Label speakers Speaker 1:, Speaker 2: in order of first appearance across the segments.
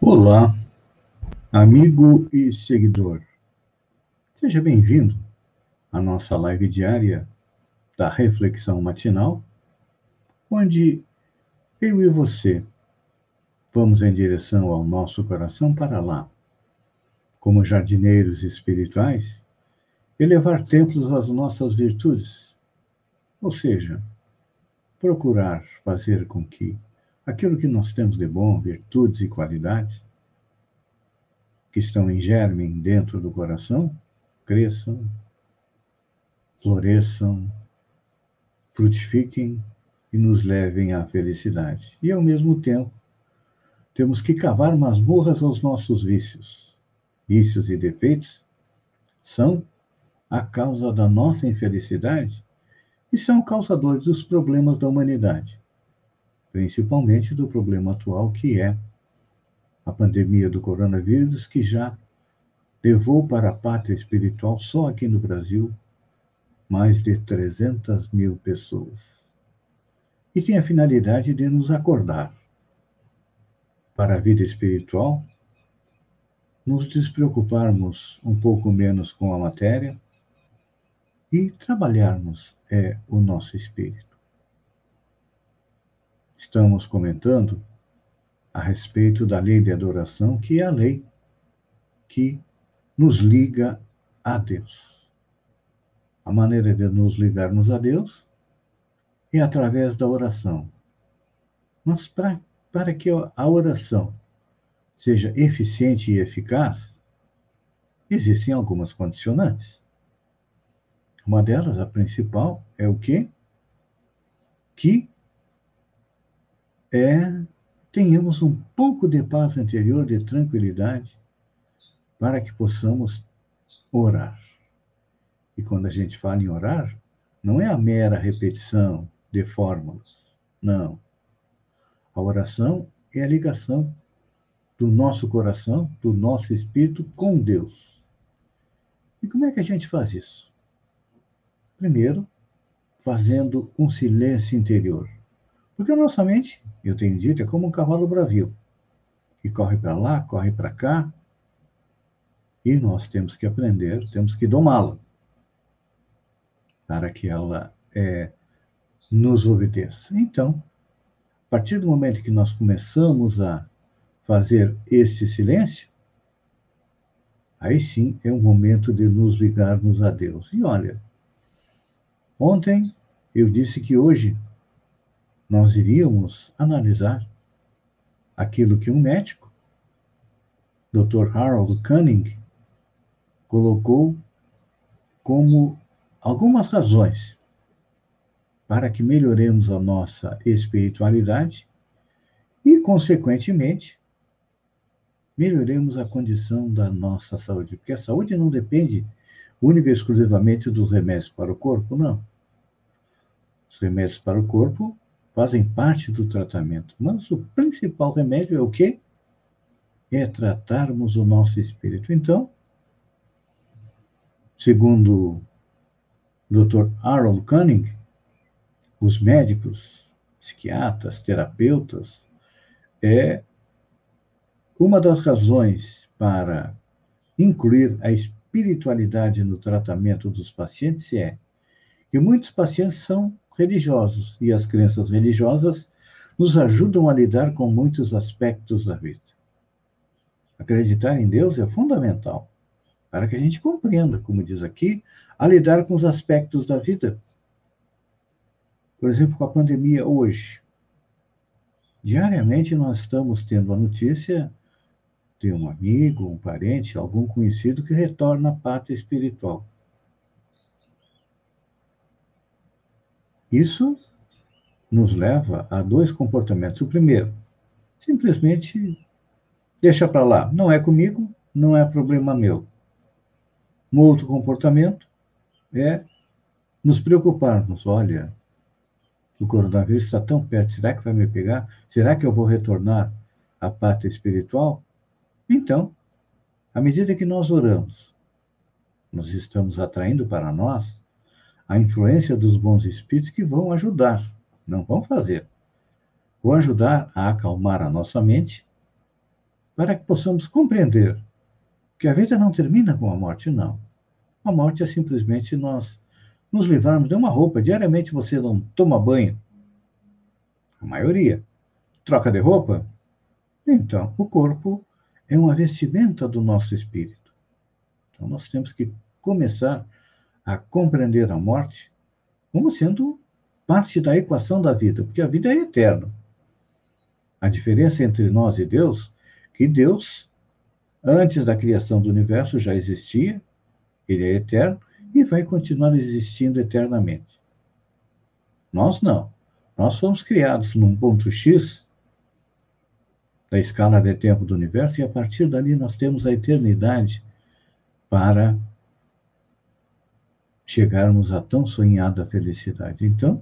Speaker 1: Olá, amigo e seguidor. Seja bem-vindo à nossa live diária da Reflexão Matinal, onde eu e você vamos em direção ao nosso coração para lá, como jardineiros espirituais, elevar templos às nossas virtudes, ou seja, procurar fazer com que aquilo que nós temos de bom, virtudes e qualidades, que estão em germe dentro do coração, cresçam, floresçam, frutifiquem e nos levem à felicidade. E, ao mesmo tempo, temos que cavar masmorras aos nossos vícios. Vícios e defeitos são a causa da nossa infelicidade e são causadores dos problemas da humanidade, principalmente do problema atual, que é a pandemia do coronavírus, que já levou para a pátria espiritual, só aqui no Brasil, mais de 300 mil pessoas. E tem a finalidade de nos acordar para a vida espiritual, nos despreocuparmos um pouco menos com a matéria e trabalharmos o nosso espírito. Estamos comentando a respeito da lei de adoração, que é a lei que nos liga a Deus. A maneira de nos ligarmos a Deus é através da oração. Mas para que a oração seja eficiente e eficaz, existem algumas condicionantes. Uma delas, a principal, é o quê? Que tenhamos um pouco de paz interior, de tranquilidade, para que possamos orar. E quando a gente fala em orar, não é a mera repetição de fórmulas. Não. A oração é a ligação do nosso coração, do nosso espírito com Deus. E como é que a gente faz isso? Primeiro, fazendo um silêncio interior. Porque a nossa mente, eu tenho dito, é como um cavalo bravio, que corre para lá, corre para cá, e nós temos que aprender, temos que domá-la, para que ela nos obedeça. Então, a partir do momento que nós começamos a fazer este silêncio, aí sim é o momento de nos ligarmos a Deus. E olha, ontem eu disse que hoje nós iríamos analisar aquilo que um médico, Dr. Harold Cunningham, colocou como algumas razões para que melhoremos a nossa espiritualidade e, consequentemente, melhoremos a condição da nossa saúde. Porque a saúde não depende única e exclusivamente dos remédios para o corpo, não. Os remédios para o corpo fazem parte do tratamento, mas o principal remédio é o quê? É tratarmos o nosso espírito. Então, segundo o Dr. Harold Cunningham, os médicos, psiquiatras, terapeutas, uma das razões para incluir a espiritualidade no tratamento dos pacientes é que muitos pacientes são religiosos e as crenças religiosas nos ajudam a lidar com muitos aspectos da vida. Acreditar em Deus é fundamental para que a gente compreenda, como diz aqui, a lidar com os aspectos da vida. Por exemplo, com a pandemia hoje. Diariamente nós estamos tendo a notícia de um amigo, um parente, algum conhecido que retorna à pátria espiritual. Isso nos leva a dois comportamentos. O primeiro, simplesmente deixa para lá. Não é comigo, não é problema meu. Um outro comportamento é nos preocuparmos. Olha, o coronavírus está tão perto, será que vai me pegar? Será que eu vou retornar à pátria espiritual? Então, à medida que nós oramos, nós estamos atraindo para nós a influência dos bons espíritos que vão ajudar, não vão fazer, vão ajudar a acalmar a nossa mente para que possamos compreender que a vida não termina com a morte, não. A morte é simplesmente nós nos livrarmos de uma roupa. Diariamente você não toma banho, a maioria. Troca de roupa? Então, o corpo é uma vestimenta do nosso espírito. Então, nós temos que começar a compreender a morte como sendo parte da equação da vida, porque a vida é eterna. A diferença entre nós e Deus, que Deus, antes da criação do universo, já existia, ele é eterno e vai continuar existindo eternamente. Nós não. Nós fomos criados num ponto X da escala de tempo do universo, e a partir dali nós temos a eternidade para chegarmos à tão sonhada felicidade. Então,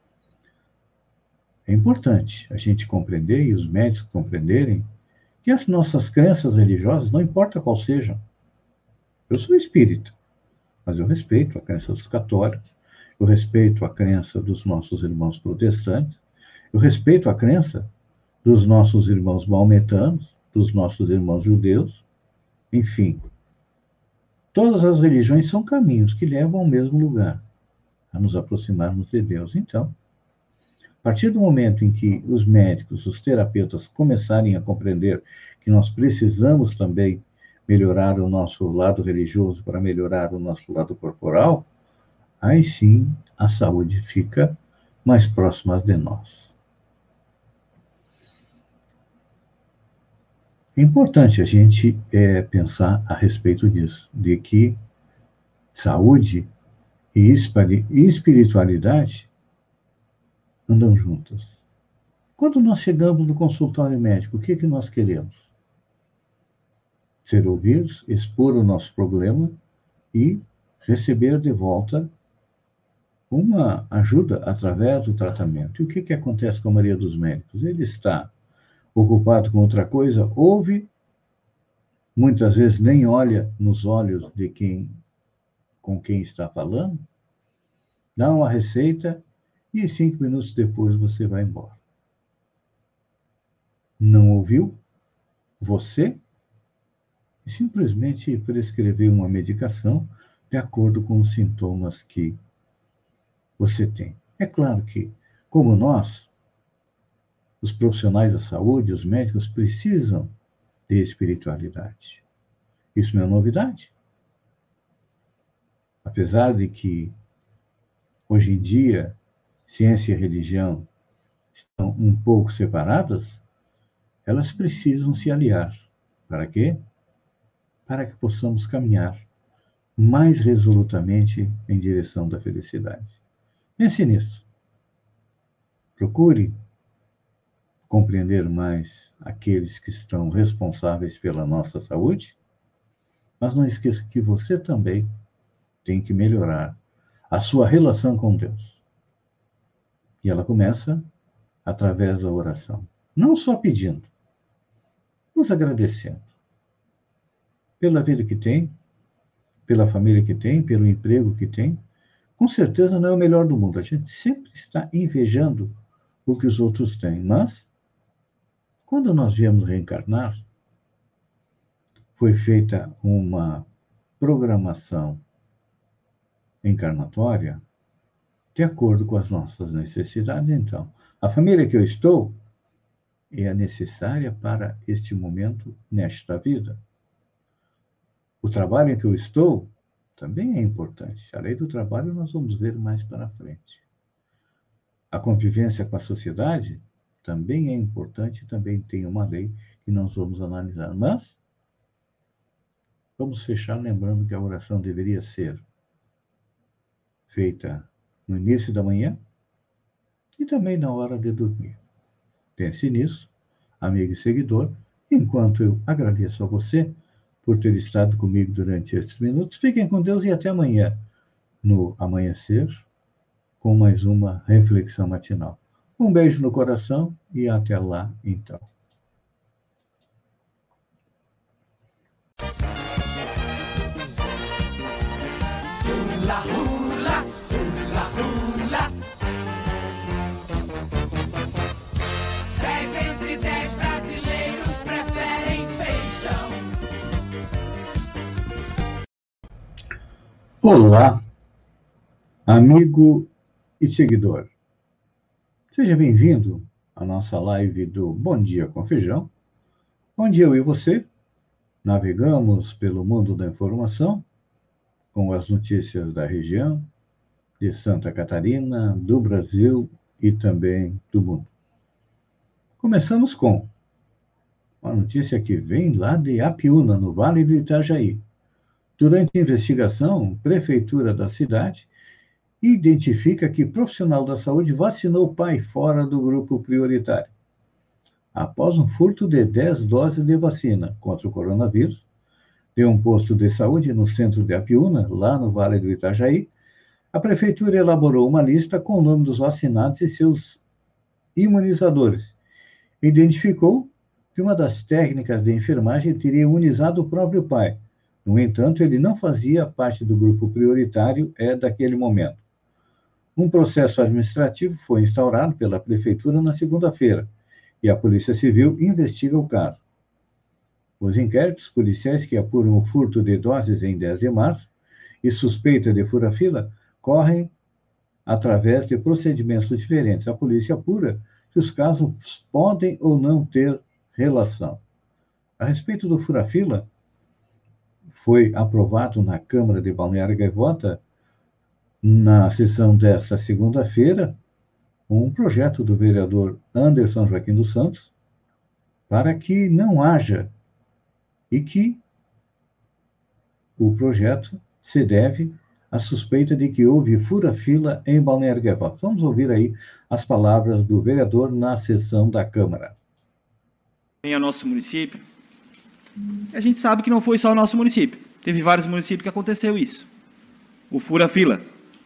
Speaker 1: é importante a gente compreender, e os médicos compreenderem, que as nossas crenças religiosas, não importa qual sejam, eu sou espírita, mas eu respeito a crença dos católicos, eu respeito a crença dos nossos irmãos protestantes, eu respeito a crença dos nossos irmãos maometanos, dos nossos irmãos judeus, enfim. Todas as religiões são caminhos que levam ao mesmo lugar, a nos aproximarmos de Deus. Então, a partir do momento em que os médicos, os terapeutas começarem a compreender que nós precisamos também melhorar o nosso lado religioso para melhorar o nosso lado corporal, aí sim a saúde fica mais próxima de nós. É importante a gente pensar a respeito disso, de que saúde e espiritualidade andam juntas. Quando nós chegamos no consultório médico, o que nós queremos? Ser ouvidos, expor o nosso problema e receber de volta uma ajuda através do tratamento. E o que acontece com a maioria dos médicos? Ele está ocupado com outra coisa, ouve, muitas vezes nem olha nos olhos de com quem está falando, dá uma receita e 5 minutos depois você vai embora. Não ouviu você e simplesmente prescreveu uma medicação de acordo com os sintomas que você tem. É claro que, como nós, os profissionais da saúde, os médicos, precisam de espiritualidade. Isso não é novidade. Apesar de que, hoje em dia, ciência e religião estão um pouco separadas, elas precisam se aliar. Para quê? Para que possamos caminhar mais resolutamente em direção da felicidade. Pense nisso. Procure compreender mais aqueles que estão responsáveis pela nossa saúde, mas não esqueça que você também tem que melhorar a sua relação com Deus. E ela começa através da oração. Não só pedindo, mas agradecendo. Pela vida que tem, pela família que tem, pelo emprego que tem. Com certeza não é o melhor do mundo. A gente sempre está invejando o que os outros têm. Mas, quando nós viemos reencarnar, foi feita uma programação encarnatória de acordo com as nossas necessidades. Então, a família que eu estou é necessária para este momento, nesta vida. O trabalho em que eu estou também é importante. A lei do trabalho nós vamos ver mais para frente. A convivência com a sociedade também é importante, também tem uma lei que nós vamos analisar. Mas, vamos fechar lembrando que a oração deveria ser feita no início da manhã e também na hora de dormir. Pense nisso, amigo e seguidor, enquanto eu agradeço a você por ter estado comigo durante estes minutos. Fiquem com Deus e até amanhã, no Amanhecer, com mais uma reflexão matinal. Um beijo no coração e até lá, então.
Speaker 2: Hula, hula, hula, hula. 10 entre 10 brasileiros preferem
Speaker 1: Olá, amigo e seguidor. Seja bem-vindo à nossa live do Bom Dia com Feijão, onde eu e você navegamos pelo mundo da informação com as notícias da região, de Santa Catarina, do Brasil e também do mundo. Começamos com uma notícia que vem lá de Apiúna, no Vale do Itajaí. Durante a investigação, a prefeitura da cidade identifica que profissional da saúde vacinou o pai fora do grupo prioritário. Após um furto de 10 doses de vacina contra o coronavírus, de um posto de saúde no centro de Apiúna, lá no Vale do Itajaí, a prefeitura elaborou uma lista com o nome dos vacinados e seus imunizadores. Identificou que uma das técnicas de enfermagem teria imunizado o próprio pai. No entanto, ele não fazia parte do grupo prioritário daquele momento. Um processo administrativo foi instaurado pela prefeitura na segunda-feira e a Polícia Civil investiga o caso. Os inquéritos policiais que apuram o furto de doses em 10 de março e suspeita de fura-fila correm através de procedimentos diferentes. A polícia apura se os casos podem ou não ter relação. A respeito do fura-fila, foi aprovado na Câmara de Balneário Gaivota, na sessão desta segunda-feira, um projeto do vereador Anderson Joaquim dos Santos para que não haja e que o projeto se deve à suspeita de que houve fura-fila em Balneário Gaivota. Vamos ouvir aí as palavras do vereador na sessão da Câmara.
Speaker 3: Em nosso município, a gente sabe que não foi só o nosso município. Teve vários municípios que aconteceu isso. O fura-fila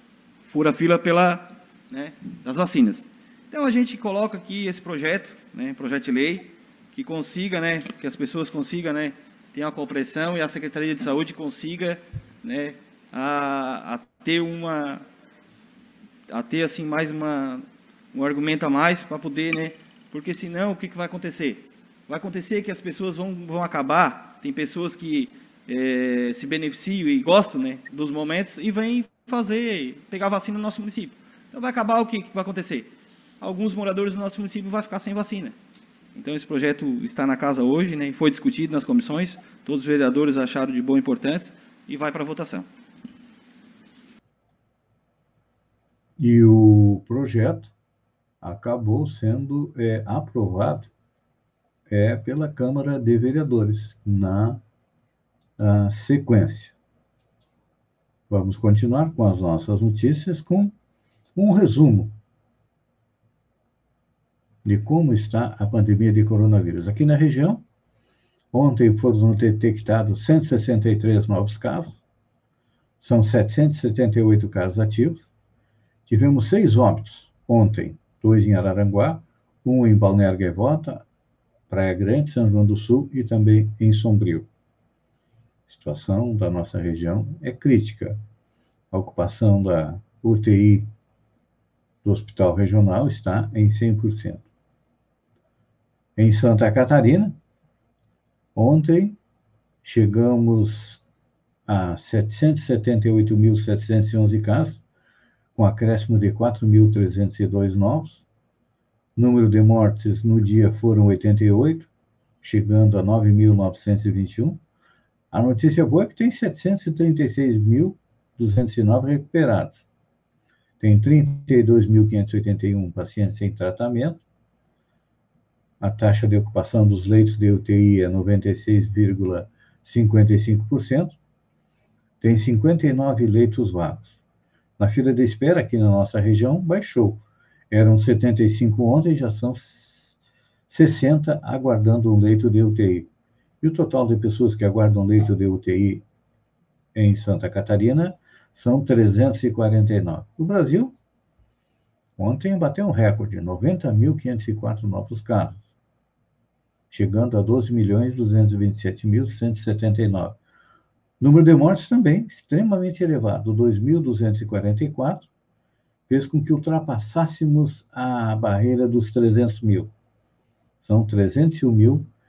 Speaker 3: das vacinas. Então a gente coloca aqui esse projeto, projeto de lei, que consiga, que as pessoas consigam, ter uma compreensão e a Secretaria de Saúde consiga, a ter assim mais um argumento a mais para poder, porque senão o que vai acontecer? Vai acontecer que as pessoas vão acabar, tem pessoas que se beneficiam e gostam, dos momentos e vêm pegar vacina no nosso município. Então vai acabar, o que vai acontecer? Alguns moradores do nosso município vão ficar sem vacina. Então esse projeto está na casa hoje, foi discutido nas comissões, todos os vereadores acharam de boa importância e vai para a votação.
Speaker 1: E o projeto acabou sendo aprovado pela Câmara de Vereadores na sequência. Vamos continuar com as nossas notícias com um resumo de como está a pandemia de coronavírus. Aqui na região, ontem foram detectados 163 novos casos, são 778 casos ativos. Tivemos 6 óbitos ontem, 2 em Araranguá, 1 em Balneário Gaivota, Praia Grande, São João do Sul e também em Sombrio. A situação da nossa região é crítica. A ocupação da UTI do Hospital Regional está em 100%. Em Santa Catarina, ontem chegamos a 778.711 casos, com acréscimo de 4.302 novos. Número de mortes no dia foram 88, chegando a 9.921. A notícia boa é que tem 736.209 recuperados. Tem 32.581 pacientes em tratamento. A taxa de ocupação dos leitos de UTI é 96,55%. Tem 59 leitos vagos. Na fila de espera, aqui na nossa região, baixou. Eram 75 ontem, já são 60 aguardando um leito de UTI. E o total de pessoas que aguardam leito de UTI em Santa Catarina são 349. O Brasil, ontem bateu um recorde, 90.504 novos casos, chegando a 12.227.179. Número de mortes também extremamente elevado, 2.244, fez com que ultrapassássemos a barreira dos 300 mil. São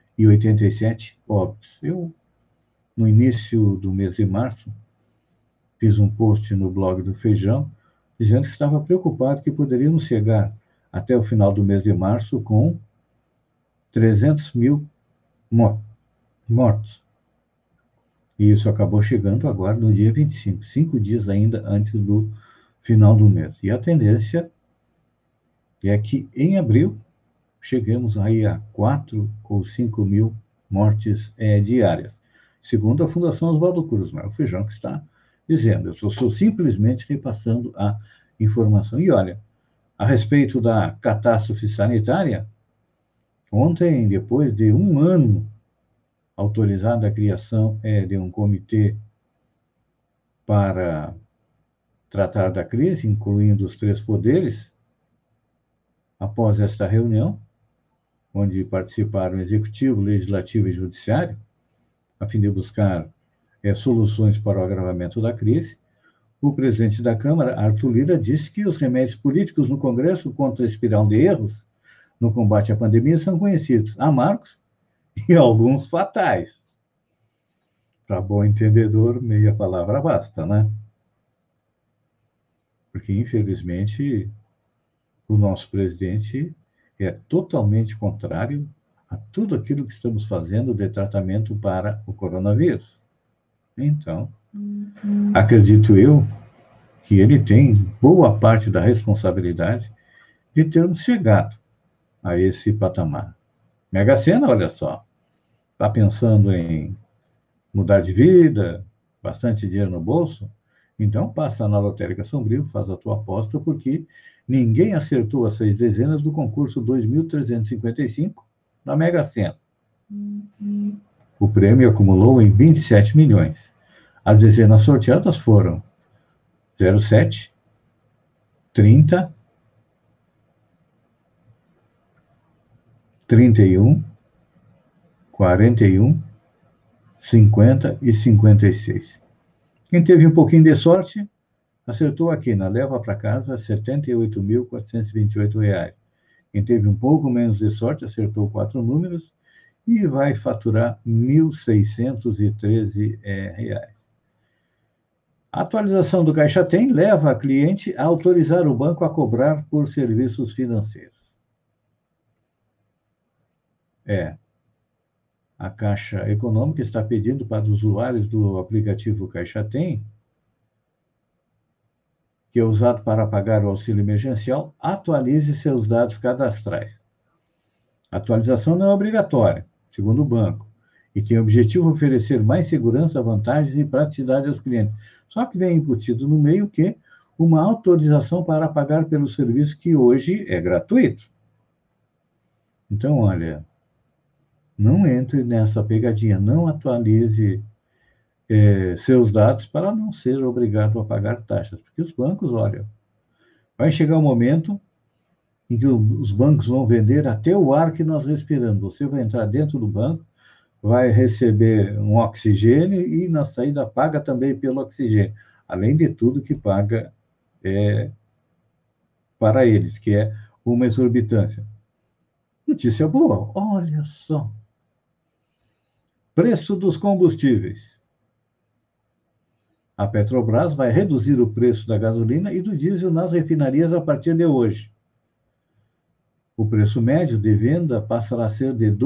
Speaker 1: 301.087 óbitos. Eu, no início do mês de março, fiz um post no blog do Feijão, dizendo que estava preocupado que poderíamos chegar até o final do mês de março com 300 mil mortos. E isso acabou chegando agora no dia 25, 5 dias ainda antes do final do mês. E a tendência é que em abril cheguemos aí a 4 ou 5 mil mortes diárias, segundo a Fundação Oswaldo Cruz, mas é o Feijão que está dizendo. Eu estou simplesmente repassando a informação. E olha, a respeito da catástrofe sanitária, ontem, depois de um ano autorizada a criação de um comitê para tratar da crise, incluindo os 3 poderes, após esta reunião, onde participaram o Executivo, Legislativo e Judiciário, a fim de buscar soluções para o agravamento da crise, o presidente da Câmara, Arthur Lira, disse que os remédios políticos no Congresso contra a espiral de erros no combate à pandemia são conhecidos, amargos e alguns fatais. Para bom entendedor, meia palavra basta, né? Porque, infelizmente, o nosso presidente é totalmente contrário a tudo aquilo que estamos fazendo de tratamento para o coronavírus. Então, acredito eu que ele tem boa parte da responsabilidade de termos chegado a esse patamar. Mega Sena, olha só, está pensando em mudar de vida, bastante dinheiro no bolso? Então passa na Lotérica Sombrio, faz a tua aposta, porque ninguém acertou as 6 dezenas do concurso 2.355 da Mega Sena. O prêmio acumulou em 27 milhões. As dezenas sorteadas foram 07, 30, 31, 41, 50 e 56. Quem teve um pouquinho de sorte, acertou aqui, na leva para casa, R$ 78.428. Quem teve um pouco menos de sorte, acertou 4 números e vai faturar R$ 1.613. A atualização do Caixa Tem leva a cliente a autorizar o banco a cobrar por serviços financeiros. A Caixa Econômica está pedindo para os usuários do aplicativo Caixa Tem, que é usado para pagar o auxílio emergencial, atualize seus dados cadastrais. A atualização não é obrigatória, segundo o banco, e tem o objetivo de oferecer mais segurança, vantagens e praticidade aos clientes. Só que vem embutido no meio que uma autorização para pagar pelo serviço que hoje é gratuito. Então, olha, não entre nessa pegadinha, não atualize seus dados para não ser obrigado a pagar taxas. Porque os bancos, olha, vai chegar um momento em que os bancos vão vender até o ar que nós respiramos. Você vai entrar dentro do banco, vai receber um oxigênio e na saída paga também pelo oxigênio, além de tudo que paga para eles, que é uma exorbitância. Notícia boa, olha só. Preço dos combustíveis. A Petrobras vai reduzir o preço da gasolina e do diesel nas refinarias a partir de hoje. O preço médio de venda passará a ser de R$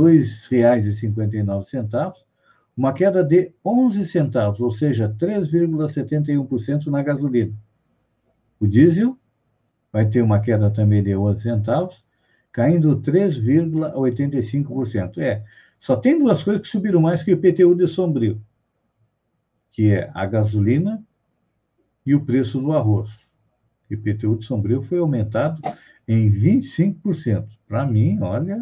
Speaker 1: 2,59, uma queda de 11 centavos, ou seja, 3,71% na gasolina. O diesel vai ter uma queda também de 11 centavos, caindo 3,85%. Só tem 2 coisas que subiram mais que o IPTU de Sombrio, que é a gasolina e o preço do arroz. O IPTU de Sombrio foi aumentado em 25%. Para mim, olha,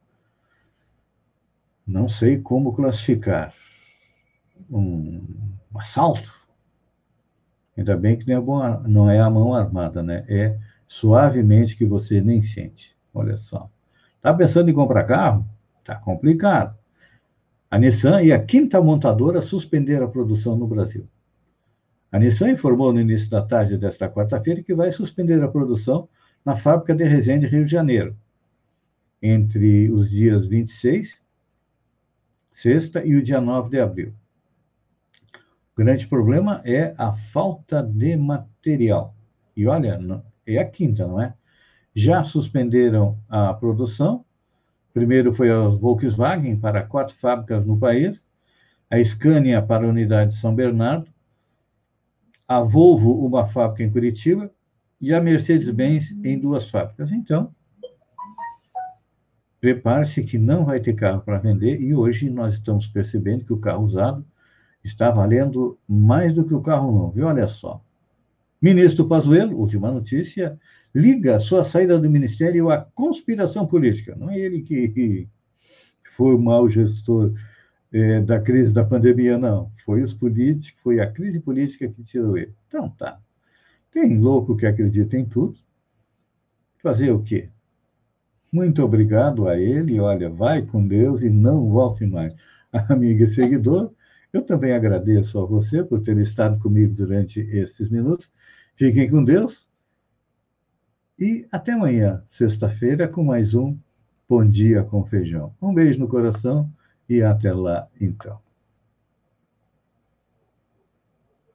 Speaker 1: não sei como classificar. Um assalto. Ainda bem que não é a mão armada, né? É suavemente que você nem sente. Olha só. Está pensando em comprar carro? Está complicado. A Nissan e a 5ª montadora suspenderam a produção no Brasil. A Nissan informou no início da tarde desta quarta-feira que vai suspender a produção na fábrica de Resende, Rio de Janeiro, entre os dias 26, sexta, e o dia 9 de abril. O grande problema é a falta de material. E olha, é a quinta, não é? Já suspenderam a produção. Primeiro foi a Volkswagen para 4 fábricas no país, a Scania para a unidade de São Bernardo, a Volvo, uma fábrica em Curitiba, e a Mercedes-Benz em 2 fábricas. Então, prepare-se que não vai ter carro para vender, e hoje nós estamos percebendo que o carro usado está valendo mais do que o carro novo. E olha só, ministro Pazuello, última notícia, liga sua saída do ministério à conspiração política. Não é ele que foi o mau gestor da crise da pandemia, não. Foi os políticos, foi a crise política que tirou ele. Então tá. Tem louco que acredita em tudo. Fazer o quê? Muito obrigado a ele. Olha, vai com Deus e não volte mais. Amiga e seguidor, eu também agradeço a você por ter estado comigo durante esses minutos. Fiquem com Deus e até amanhã, sexta-feira, com mais um Bom Dia com Feijão. Um beijo no coração e até lá, então.